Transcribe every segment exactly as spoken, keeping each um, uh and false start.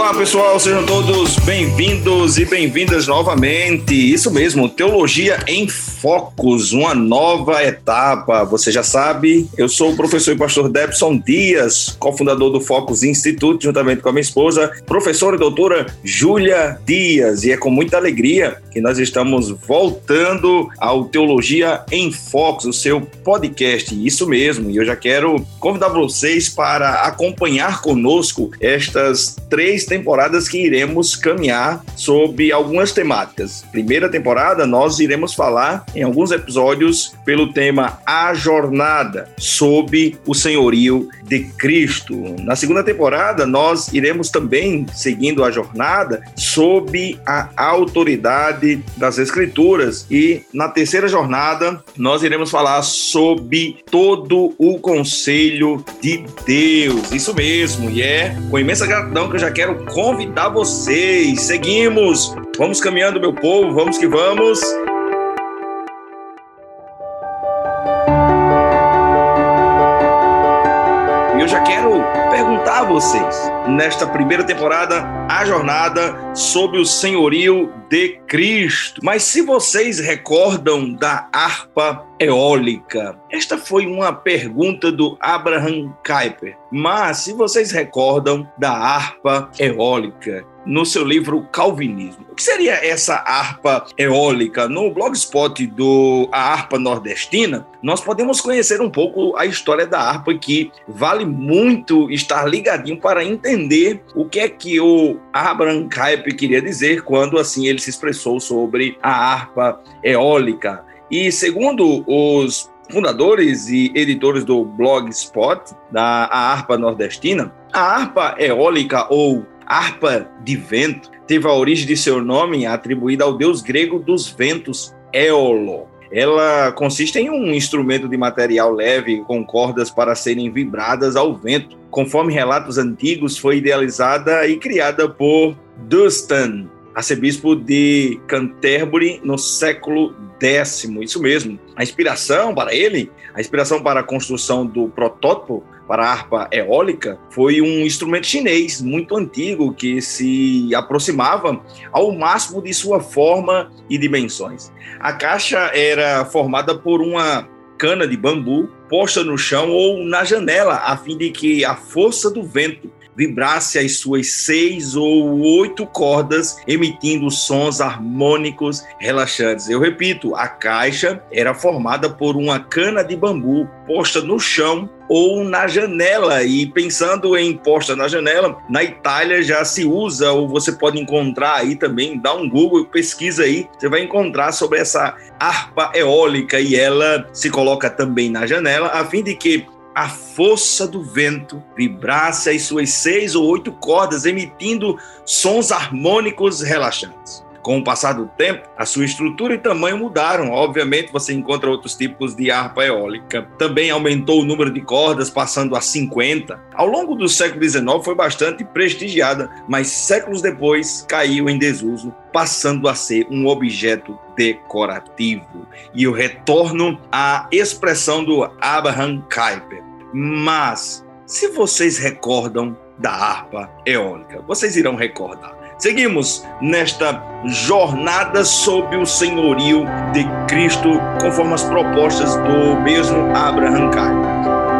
Olá pessoal, sejam todos bem-vindos e bem-vindas novamente. Isso mesmo, Teologia em Focos, uma nova etapa. Você já sabe, eu sou o professor e pastor Debson Dias, cofundador do Focos Instituto, juntamente com a minha esposa, professora e doutora Júlia Dias. E é com muita alegria que nós estamos voltando ao Teologia em Focos, o seu podcast. Isso mesmo, e eu já quero convidar vocês para acompanhar conosco estas três temporadas que iremos caminhar sobre algumas temáticas. Primeira temporada, nós iremos falar em alguns episódios pelo tema A Jornada, sob o senhorio de Cristo. Na segunda temporada, nós iremos também, seguindo a jornada, sob a autoridade das Escrituras. E na terceira jornada, nós iremos falar sobre todo o conselho de Deus. Isso mesmo, e é com imensa gratidão que eu já quero convidar vocês. Seguimos, vamos caminhando, meu povo, vamos que vamos. E eu já quero perguntar a vocês, nesta primeira temporada, a jornada sob o senhorio de Cristo. Mas se vocês recordam da harpa eólica, esta foi uma pergunta do Abraham Kuyper. Mas se vocês recordam da harpa eólica, no seu livro Calvinismo, o que seria essa harpa eólica? No blogspot do A Harpa Nordestina, nós podemos conhecer um pouco a história da harpa, que vale muito estar ligadinho para entender o que é que o Abraham Kuyper queria dizer quando assim ele se expressou sobre a harpa eólica. E segundo os fundadores e editores do blogspot da A Harpa Nordestina, a harpa eólica ou harpa de vento teve a origem de seu nome atribuída ao deus grego dos ventos, Éolo. Ela consiste em um instrumento de material leve com cordas para serem vibradas ao vento. Conforme relatos antigos, foi idealizada e criada por Dunstan, arcebispo de Canterbury, no século décimo. Isso mesmo. A inspiração para ele, a inspiração para a construção do protótipo para a harpa eólica foi um instrumento chinês muito antigo que se aproximava ao máximo de sua forma e dimensões. A caixa era formada por uma cana de bambu posta no chão ou na janela, a fim de que a força do vento vibrasse as suas seis ou oito cordas, emitindo sons harmônicos relaxantes. Eu repito, a caixa era formada por uma cana de bambu posta no chão ou na janela. E pensando em posta na janela, na Itália já se usa, ou você pode encontrar aí também, dá um Google, pesquisa aí, você vai encontrar sobre essa harpa eólica, e ela se coloca também na janela, a fim de que a força do vento vibrasse as suas seis ou oito cordas, emitindo sons harmônicos relaxantes. Com o passar do tempo, a sua estrutura e tamanho mudaram. Obviamente, você encontra outros tipos de harpa eólica. Também aumentou o número de cordas, passando a cinquenta. Ao longo do século dezenove, foi bastante prestigiada, mas séculos depois caiu em desuso, passando a ser um objeto decorativo. E eu retorno à expressão do Abraham Kuyper. Mas, se vocês recordam da harpa eólica, vocês irão recordar. Seguimos nesta jornada sob o senhorio de Cristo, conforme as propostas do mesmo Abraham Kuyper.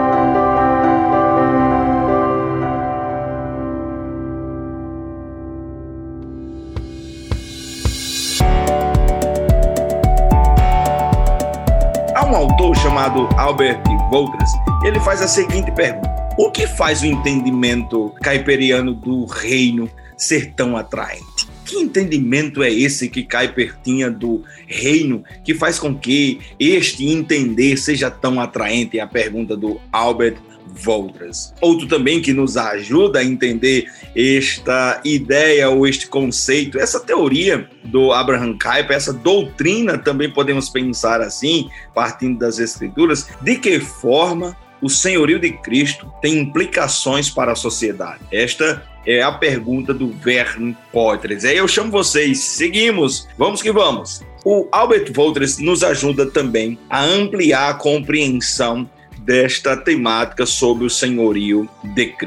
Há um autor chamado Albert Wolters, ele faz a seguinte pergunta: o que faz o entendimento kuyperiano do reino ser tão atraente? Que entendimento é esse que Kuyper tinha do reino que faz com que este entender seja tão atraente? É a pergunta do Albert Wolters. Outro também que nos ajuda a entender esta ideia ou este conceito, essa teoria do Abraham Kuyper, essa doutrina, também podemos pensar assim, partindo das Escrituras, de que forma o senhorio de Cristo tem implicações para a sociedade. Esta é a pergunta do Vern Poitras. Aí eu chamo vocês, seguimos, vamos que vamos. O Albert Wolters nos ajuda também a ampliar a compreensão desta temática sobre o senhorio de Cristo.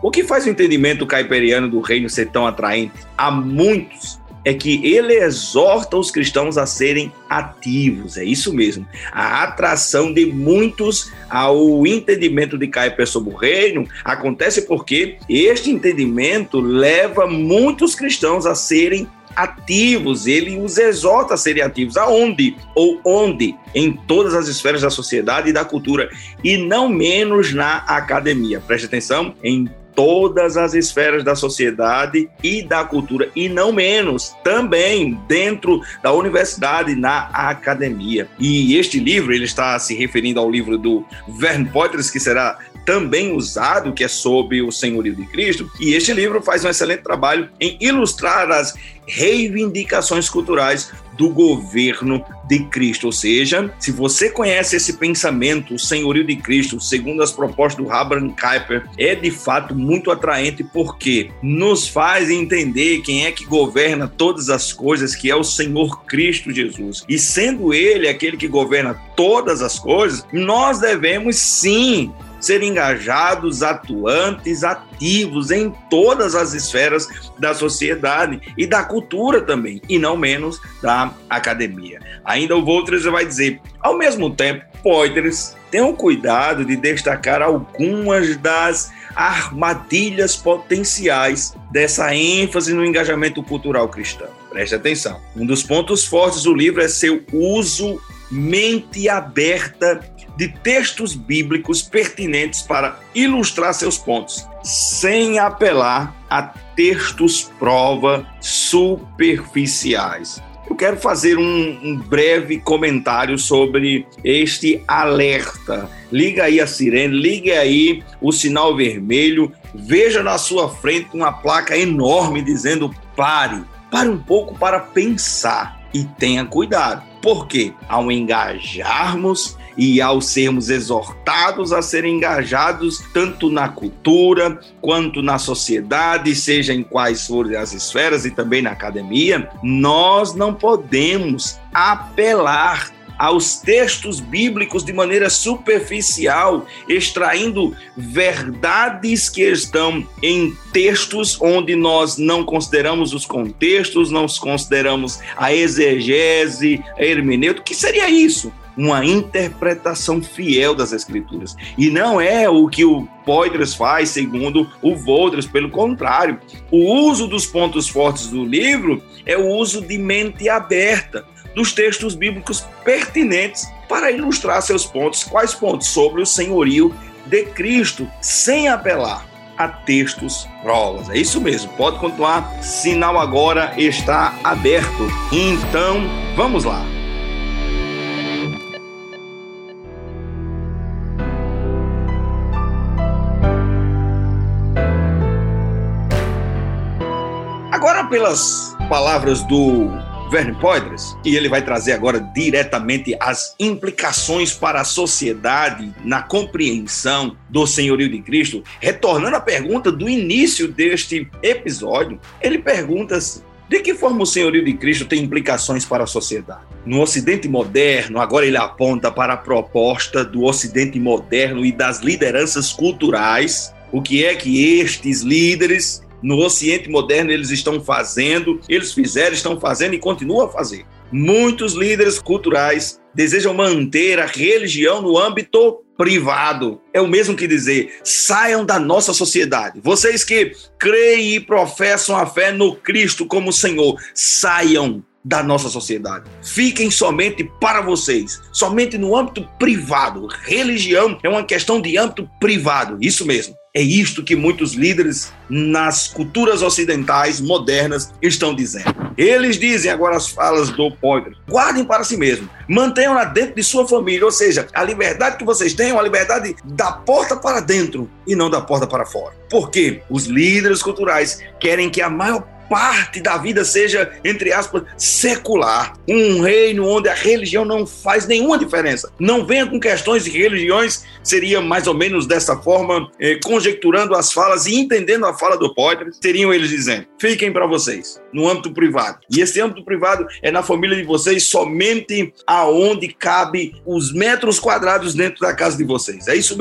O que faz o entendimento caiperiano do reino ser tão atraente a muitos é que ele exorta os cristãos a serem ativos, é isso mesmo. A atração de muitos ao entendimento de Kuyper sobre o reino acontece porque este entendimento leva muitos cristãos a serem ativos, ele os exorta a serem ativos. Aonde? Ou onde? Em todas as esferas da sociedade e da cultura, e não menos na academia. Preste atenção, em todas as esferas da sociedade e da cultura, e não menos, também dentro da universidade, na academia. E este livro, ele está se referindo ao livro do Vern Poythress, que será também usado, que é sobre o senhorio de Cristo, e este livro faz um excelente trabalho em ilustrar as reivindicações culturais do governo de Cristo. Ou seja, se você conhece esse pensamento, o senhorio de Cristo, segundo as propostas do Abraham Kuyper, é de fato muito atraente, porque nos faz entender quem é que governa todas as coisas, que é o Senhor Cristo Jesus. E sendo Ele aquele que governa todas as coisas, nós devemos sim ser engajados, atuantes, ativos em todas as esferas da sociedade e da cultura também, e não menos da academia. Ainda o Poythress vai dizer, ao mesmo tempo, Poythress tem o cuidado de destacar algumas das armadilhas potenciais dessa ênfase no engajamento cultural cristão. Preste atenção. Um dos pontos fortes do livro é seu uso mente aberta de textos bíblicos pertinentes para ilustrar seus pontos, sem apelar a textos prova superficiais. Eu quero fazer um, um breve comentário sobre este alerta. Liga aí a sirene, liga aí o sinal vermelho, veja na sua frente uma placa enorme dizendo pare, pare um pouco para pensar e tenha cuidado. Porque ao engajarmos e ao sermos exortados a serem engajados tanto na cultura quanto na sociedade, seja em quais forem as esferas e também na academia, nós não podemos apelar aos textos bíblicos de maneira superficial, extraindo verdades que estão em textos onde nós não consideramos os contextos, não consideramos a exegese, a hermenêutica. O que seria isso? Uma interpretação fiel das Escrituras. E não é o que o Poythress faz, segundo o Poythress, pelo contrário. O uso dos pontos fortes do livro é o uso de mente aberta dos textos bíblicos pertinentes para ilustrar seus pontos. Quais pontos? Sobre o senhorio de Cristo, sem apelar a textos provas. É isso mesmo, pode continuar, sinal agora está aberto. Então, vamos lá. Agora, pelas palavras do Vern Poythress, e ele vai trazer agora diretamente as implicações para a sociedade na compreensão do senhorio de Cristo, retornando à pergunta do início deste episódio, ele pergunta assim, de que forma o senhorio de Cristo tem implicações para a sociedade? No Ocidente moderno, agora ele aponta para a proposta do Ocidente moderno e das lideranças culturais, o que é que estes líderes no Ocidente moderno eles estão fazendo, eles fizeram, estão fazendo e continuam a fazer. Muitos líderes culturais desejam manter a religião no âmbito privado. É o mesmo que dizer, saiam da nossa sociedade. Vocês que creem e professam a fé no Cristo como Senhor, saiam da nossa sociedade. Fiquem somente para vocês, somente no âmbito privado. Religião é uma questão de âmbito privado, isso mesmo. É isto que muitos líderes nas culturas ocidentais modernas estão dizendo. Eles dizem, agora as falas do Poythress, guardem para si mesmo, mantenham-na dentro de sua família, ou seja, a liberdade que vocês têm é uma liberdade da porta para dentro e não da porta para fora. Porque os líderes culturais querem que a maior parte da vida seja, entre aspas, secular. Um reino onde a religião não faz nenhuma diferença. Não venha com questões de religiões, seria mais ou menos dessa forma, eh, conjecturando as falas e entendendo a fala do Poythress, seriam eles dizendo, fiquem para vocês, no âmbito privado. E esse âmbito privado é na família de vocês, somente aonde cabe os metros quadrados dentro da casa de vocês. É isso mesmo.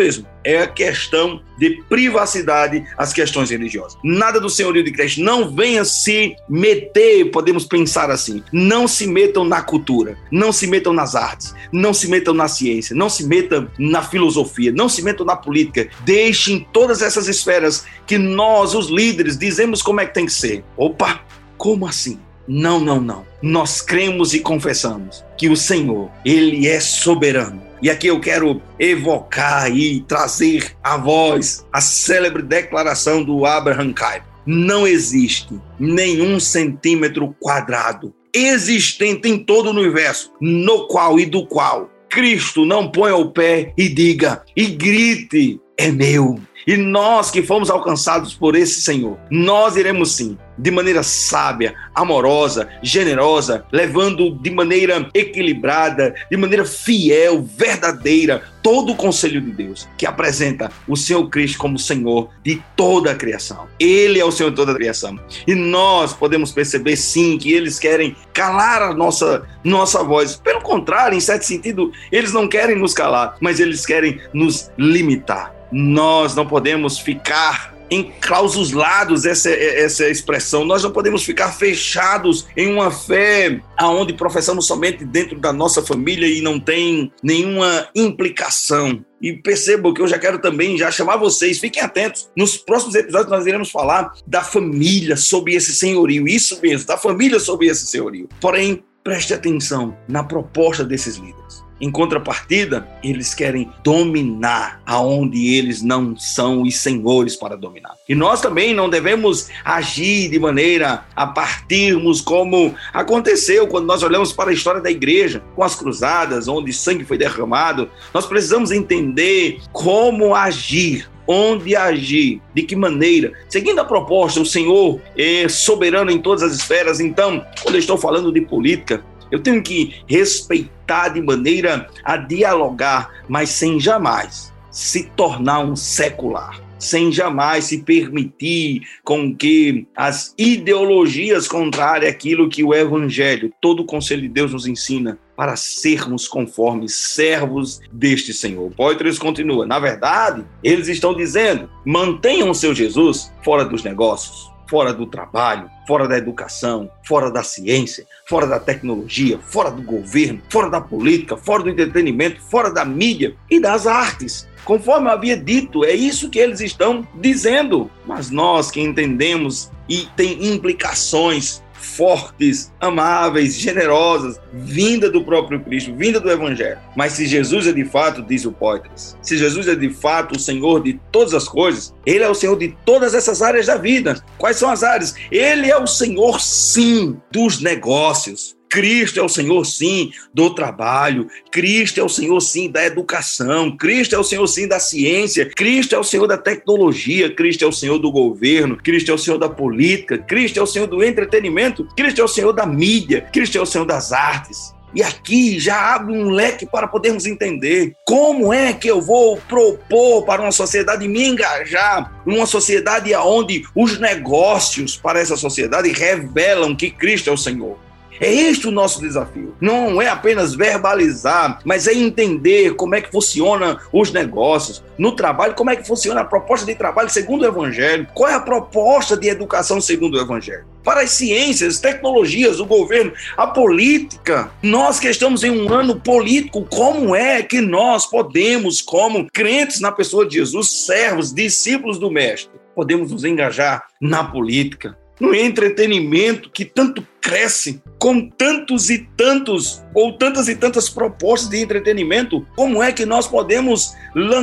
é a questão de privacidade às questões religiosas. Nada do senhorio de Cristo. Não venha se meter, podemos pensar assim, não se metam na cultura, não se metam nas artes, não se metam na ciência, não se metam na filosofia, não se metam na política. Deixem todas essas esferas que nós, os líderes, dizemos como é que tem que ser. Opa, como assim? Não, não, não. Nós cremos e confessamos que o Senhor, Ele é soberano. E aqui eu quero evocar e trazer à voz a célebre declaração do Abraham Kuyper. Não existe nenhum centímetro quadrado existente em todo o universo, no qual e do qual Cristo não ponha o pé e diga, e grite, é meu. E nós que fomos alcançados por esse Senhor, nós iremos sim, de maneira sábia, amorosa, generosa, levando de maneira equilibrada, de maneira fiel, verdadeira, todo o conselho de Deus, que apresenta o Senhor Cristo como Senhor de toda a criação. Ele é o Senhor de toda a criação. E nós podemos perceber sim que eles querem calar a nossa, nossa voz. Pelo contrário, em certo sentido, eles não querem nos calar, mas eles querem nos limitar. Nós não podemos ficar enclausulados, essa, essa expressão, nós não podemos ficar fechados em uma fé onde professamos somente dentro da nossa família e não tem nenhuma implicação. E percebam que eu já quero também já chamar vocês, fiquem atentos, nos próximos episódios nós iremos falar da família sob esse senhorio, isso mesmo, da família sob esse senhorio. Porém, preste atenção na proposta desses líderes. Em contrapartida, eles querem dominar aonde eles não são os senhores para dominar. E nós também não devemos agir de maneira a partirmos como aconteceu quando nós olhamos para a história da igreja, com as cruzadas, onde sangue foi derramado. Nós precisamos entender como agir, onde agir, de que maneira. Seguindo a proposta, o Senhor é soberano em todas as esferas. Então, quando eu estou falando de política, eu tenho que respeitar de maneira a dialogar, mas sem jamais se tornar um secular, sem jamais se permitir com que as ideologias contrárias àquilo que o Evangelho, todo o conselho de Deus nos ensina, para sermos conformes servos deste Senhor. Poitras continua, na verdade, eles estão dizendo, mantenham o seu Jesus fora dos negócios, fora do trabalho, fora da educação, fora da ciência, fora da tecnologia, fora do governo, fora da política, fora do entretenimento, fora da mídia e das artes. Conforme eu havia dito, é isso que eles estão dizendo. Mas nós que entendemos e tem implicações fortes, amáveis, generosas, vinda do próprio Cristo, vinda do Evangelho. Mas se Jesus é de fato, diz o Poitras, se Jesus é de fato o Senhor de todas as coisas, Ele é o Senhor de todas essas áreas da vida. Quais são as áreas? Ele é o Senhor, sim, dos negócios. Cristo é o Senhor, sim, do trabalho. Cristo é o Senhor, sim, da educação. Cristo é o Senhor, sim, da ciência. Cristo é o Senhor da tecnologia. Cristo é o Senhor do governo. Cristo é o Senhor da política. Cristo é o Senhor do entretenimento. Cristo é o Senhor da mídia. Cristo é o Senhor das artes. E aqui já abre um leque para podermos entender como é que eu vou propor para uma sociedade me engajar, numa sociedade onde os negócios para essa sociedade revelam que Cristo é o Senhor. É este o nosso desafio. Não é apenas verbalizar, mas é entender como é que funcionam os negócios. No trabalho, como é que funciona a proposta de trabalho segundo o Evangelho. Qual é a proposta de educação segundo o Evangelho. Para as ciências, tecnologias, o governo, a política. Nós que estamos em um ano político, como é que nós podemos, como crentes na pessoa de Jesus, servos, discípulos do Mestre, podemos nos engajar na política, no entretenimento que tanto cresce, com tantos e tantos, ou tantas e tantas propostas de entretenimento, como é que nós podemos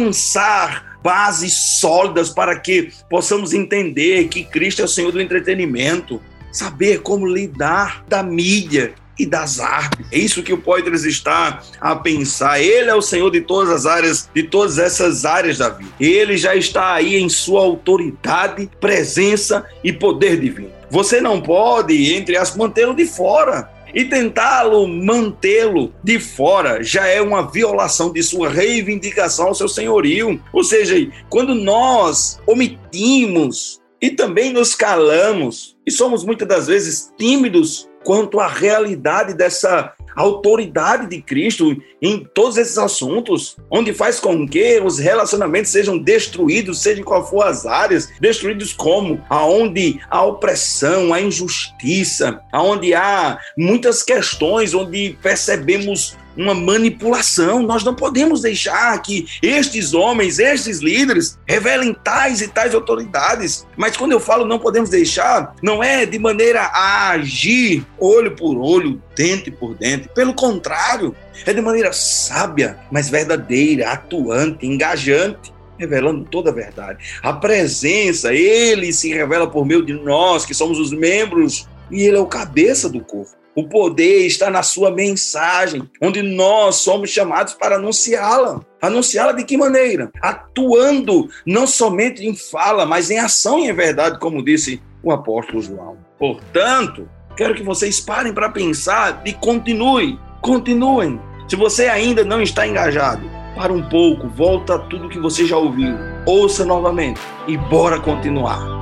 lançar bases sólidas para que possamos entender que Cristo é o Senhor do entretenimento, saber como lidar da mídia e das artes. É isso que o Poitras está a pensar. Ele é o Senhor de todas as áreas, de todas essas áreas da vida. Ele já está aí em sua autoridade, presença e poder divino. Você não pode, entre aspas, mantê-lo de fora. E tentá-lo mantê-lo de fora já é uma violação de sua reivindicação ao seu senhorio. Ou seja, quando nós omitimos e também nos calamos e somos muitas das vezes tímidos quanto à realidade dessa a autoridade de Cristo em todos esses assuntos, onde faz com que os relacionamentos sejam destruídos, seja qual for as áreas, destruídos como? Aonde há opressão, há injustiça, aonde há muitas questões, onde percebemos uma manipulação. Nós não podemos deixar que estes homens, estes líderes, revelem tais e tais autoridades. Mas quando eu falo não podemos deixar, não é de maneira a agir olho por olho, dente por dente. Pelo contrário, é de maneira sábia, mas verdadeira, atuante, engajante, revelando toda a verdade. A presença, ele se revela por meio de nós, que somos os membros, e ele é o cabeça do corpo. O poder está na sua mensagem, onde nós somos chamados para anunciá-la. Anunciá-la de que maneira? Atuando não somente em fala, mas em ação e em verdade, como disse o apóstolo João. Portanto, quero que vocês parem para pensar e continuem, continuem. Se você ainda não está engajado, para um pouco, volta a tudo que você já ouviu, ouça novamente e bora continuar.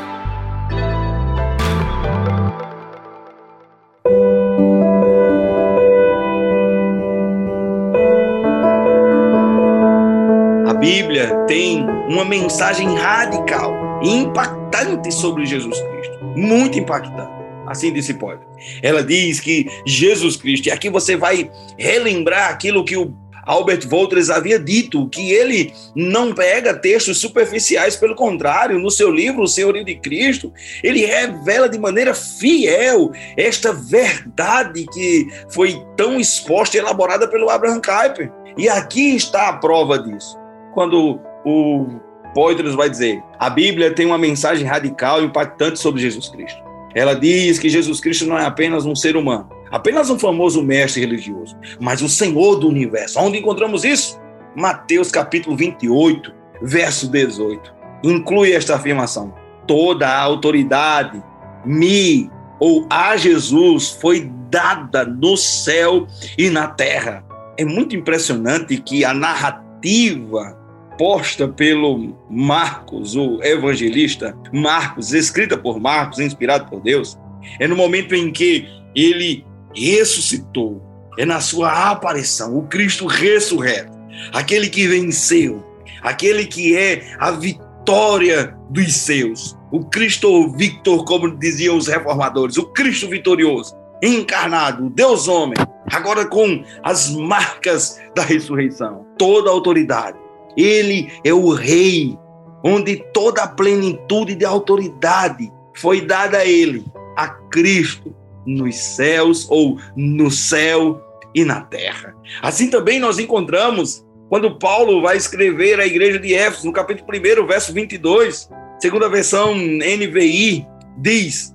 A Bíblia tem uma mensagem radical e impactante sobre Jesus Cristo. Muito impactante. Assim disse Paulo. Ela diz que Jesus Cristo, e aqui você vai relembrar aquilo que o Albert Wolters havia dito, que ele não pega textos superficiais, pelo contrário, no seu livro, O Senhorio de Cristo, ele revela de maneira fiel esta verdade que foi tão exposta e elaborada pelo Abraham Kuyper. E aqui está a prova disso. Quando o Poitras vai dizer, a Bíblia tem uma mensagem radical e impactante sobre Jesus Cristo. Ela diz que Jesus Cristo não é apenas um ser humano, apenas um famoso mestre religioso, mas o Senhor do universo. Onde encontramos isso? Mateus capítulo vinte e oito, verso dezoito. Inclui esta afirmação. Toda a autoridade me ou a Jesus foi dada no céu e na terra. É muito impressionante que a narrativa posta pelo Marcos, o evangelista Marcos, escrita por Marcos, inspirado por Deus, é no momento em que ele ressuscitou, é na sua aparição, o Cristo ressurreto, aquele que venceu, aquele que é a vitória dos seus, o Cristo Victor, como diziam os reformadores, o Cristo vitorioso, encarnado, Deus homem, agora com as marcas da ressurreição, toda a autoridade. Ele é o rei, onde toda a plenitude de autoridade foi dada a ele, a Cristo, nos céus ou no céu e na terra. Assim também nós encontramos quando Paulo vai escrever à igreja de Éfeso, no capítulo primeiro, verso vinte e dois, segunda versão N V I, diz: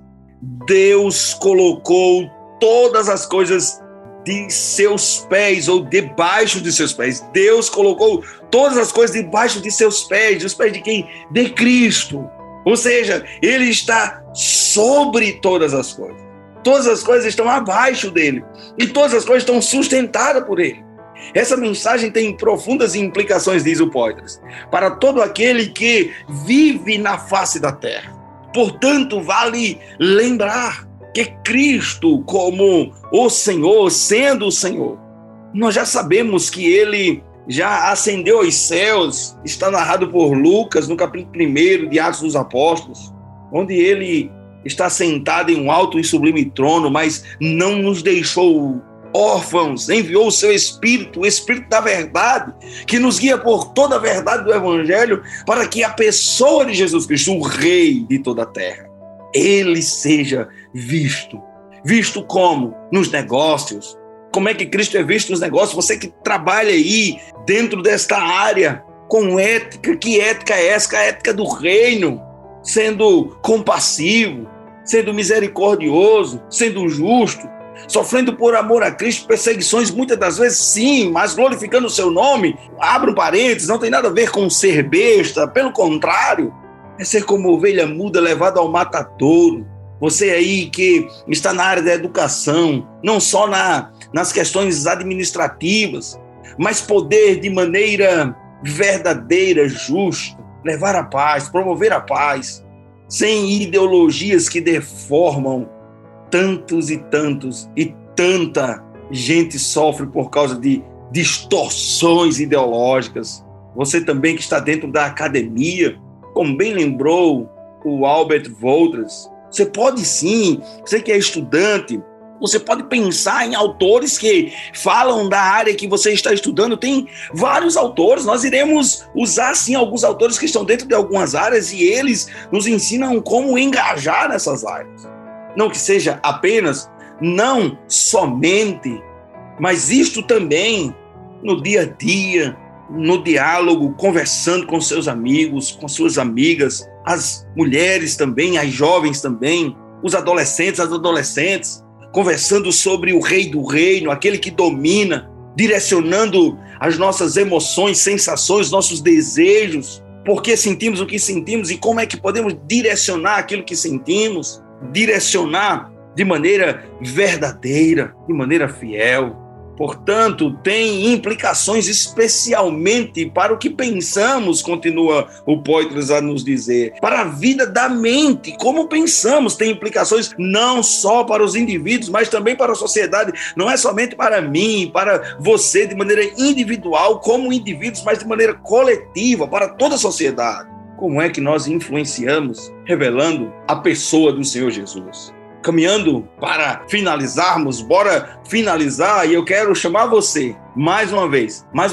Deus colocou todas as coisas de seus pés ou debaixo de seus pés. Deus colocou todas as coisas debaixo de seus pés. Dos pés de quem? De Cristo. Ou seja, ele está sobre todas as coisas. Todas as coisas estão abaixo dele. E todas as coisas estão sustentadas por ele. Essa mensagem tem profundas implicações, diz o Poitras, para todo aquele que vive na face da terra. Portanto, vale lembrar que Cristo, como o Senhor, sendo o Senhor, nós já sabemos que ele já ascendeu aos céus, está narrado por Lucas no capítulo primeiro de Atos dos Apóstolos, onde ele está sentado em um alto e sublime trono, mas não nos deixou órfãos, enviou o seu Espírito, o Espírito da verdade, que nos guia por toda a verdade do Evangelho, para que a pessoa de Jesus Cristo, o Rei de toda a terra, ele seja visto. Visto como? Nos negócios. Como é que Cristo é visto nos negócios? Você que trabalha aí dentro desta área com ética, que ética é essa? A ética do reino, sendo compassivo, sendo misericordioso, sendo justo, sofrendo por amor a Cristo perseguições, muitas das vezes sim, mas glorificando o seu nome. Abra um parênteses, não tem nada a ver com ser besta, pelo contrário, é ser como ovelha muda levada ao matadouro. Você aí que está na área da educação, não só na, nas questões administrativas, mas poder de maneira verdadeira, justa, levar a paz, promover a paz, sem ideologias que deformam tantos e tantos e tanta gente sofre por causa de distorções ideológicas. Você também que está dentro da academia, como bem lembrou o Albert Voldras, você pode sim, você que é estudante, você pode pensar em autores que falam da área que você está estudando. Tem vários autores, nós iremos usar sim alguns autores que estão dentro de algumas áreas e eles nos ensinam como engajar nessas áreas. Não que seja apenas, não somente, mas isto também no dia a dia, no diálogo, conversando com seus amigos, com suas amigas, as mulheres também, as jovens também, os adolescentes, as adolescentes, conversando sobre o rei do reino, aquele que domina, direcionando as nossas emoções, sensações, nossos desejos, por que sentimos o que sentimos e como é que podemos direcionar aquilo que sentimos, direcionar de maneira verdadeira, de maneira fiel. Portanto, tem implicações especialmente para o que pensamos, continua o Poitras a nos dizer, para a vida da mente, como pensamos, tem implicações não só para os indivíduos, mas também para a sociedade, não é somente para mim, para você de maneira individual, como indivíduos, mas de maneira coletiva, para toda a sociedade. Como é que nós influenciamos, revelando a pessoa do Senhor Jesus? Caminhando para finalizarmos, bora finalizar, e eu quero chamar você, mais uma vez, mas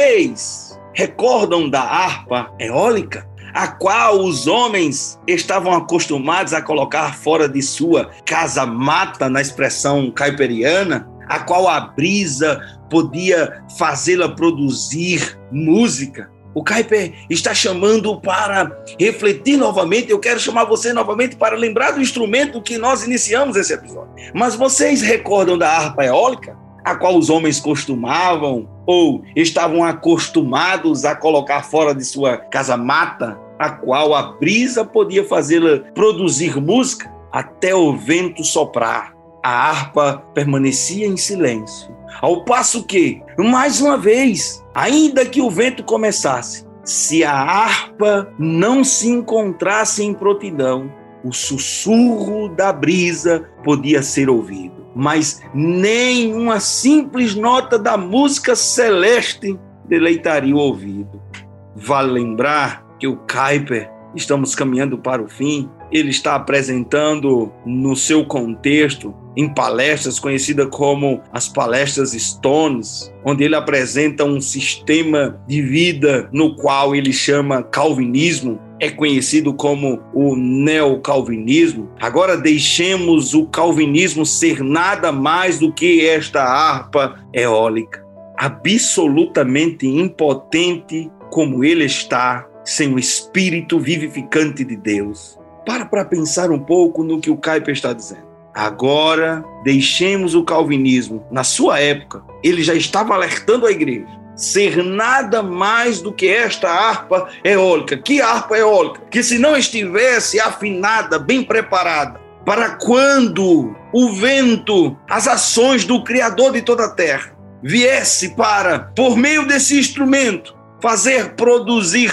vocês recordam da harpa eólica, a qual os homens estavam acostumados a colocar fora de sua casa-mata, na expressão caipiriana, a qual a brisa podia fazê-la produzir música? O Kuyper está chamando para refletir novamente. Eu quero chamar você novamente para lembrar do instrumento que nós iniciamos esse episódio. Mas vocês recordam da harpa eólica, a qual os homens costumavam ou estavam acostumados a colocar fora de sua casa-mata, a qual a brisa podia fazê-la produzir música até o vento soprar? A harpa permanecia em silêncio, ao passo que, mais uma vez, ainda que o vento começasse, se a harpa não se encontrasse em prontidão, o sussurro da brisa podia ser ouvido, mas nem uma simples nota da música celeste deleitaria o ouvido. Vale lembrar que o Kuyper, estamos caminhando para o fim, ele está apresentando no seu contexto, em palestras conhecidas como as palestras Stones, onde ele apresenta um sistema de vida no qual ele chama calvinismo, é conhecido como o neocalvinismo. Agora deixemos o calvinismo ser nada mais do que esta harpa eólica, absolutamente impotente como ele está, sem o espírito vivificante de Deus. Para para pensar um pouco no que o Kuyper está dizendo. Agora, deixemos o calvinismo, na sua época, ele já estava alertando a igreja, ser nada mais do que esta harpa eólica. Que harpa eólica? Que se não estivesse afinada, bem preparada, para quando o vento, as ações do Criador de toda a terra, viesse para, por meio desse instrumento, fazer produzir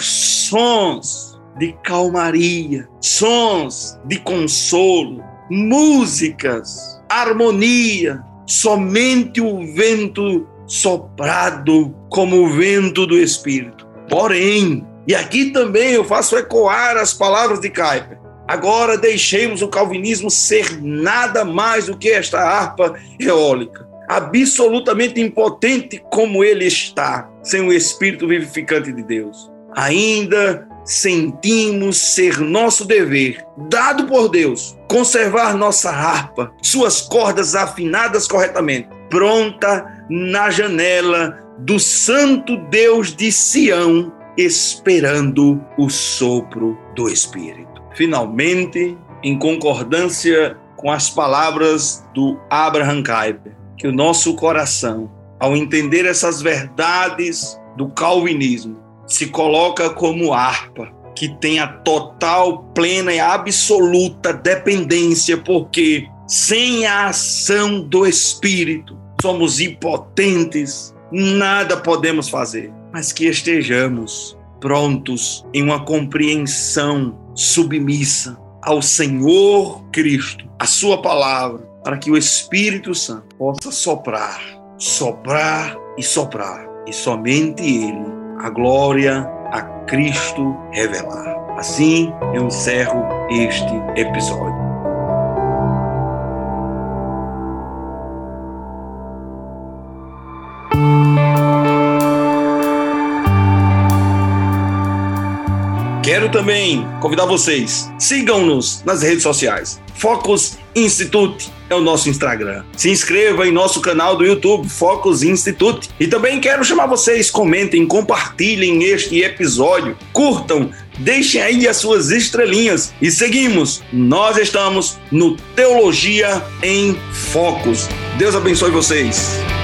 sons de calmaria, sons de consolo, músicas, harmonia, somente o vento soprado como o vento do Espírito. Porém, e aqui também eu faço ecoar as palavras de Kuyper, agora deixemos o calvinismo ser nada mais do que esta harpa eólica, absolutamente impotente como ele está, sem o Espírito vivificante de Deus. Ainda sentimos ser nosso dever, dado por Deus, conservar nossa harpa, suas cordas afinadas corretamente, pronta na janela do Santo Deus de Sião, esperando o sopro do Espírito. Finalmente, em concordância com as palavras do Abraham Kuyper, que o nosso coração, ao entender essas verdades do calvinismo, se coloca como harpa, que tem a total, plena e absoluta dependência, porque sem a ação do Espírito somos impotentes, nada podemos fazer, mas que estejamos prontos em uma compreensão submissa ao Senhor Cristo, a sua palavra, para que o Espírito Santo possa soprar, soprar e soprar, e somente Ele, a glória a Cristo revelar. Assim eu encerro este episódio. Quero também convidar vocês, sigam-nos nas redes sociais. Focus Institute é o nosso Instagram. Se inscreva em nosso canal do YouTube, Focus Institute. E também quero chamar vocês, comentem, compartilhem este episódio, curtam, deixem aí as suas estrelinhas e seguimos. Nós estamos no Teologia em Focus. Deus abençoe vocês.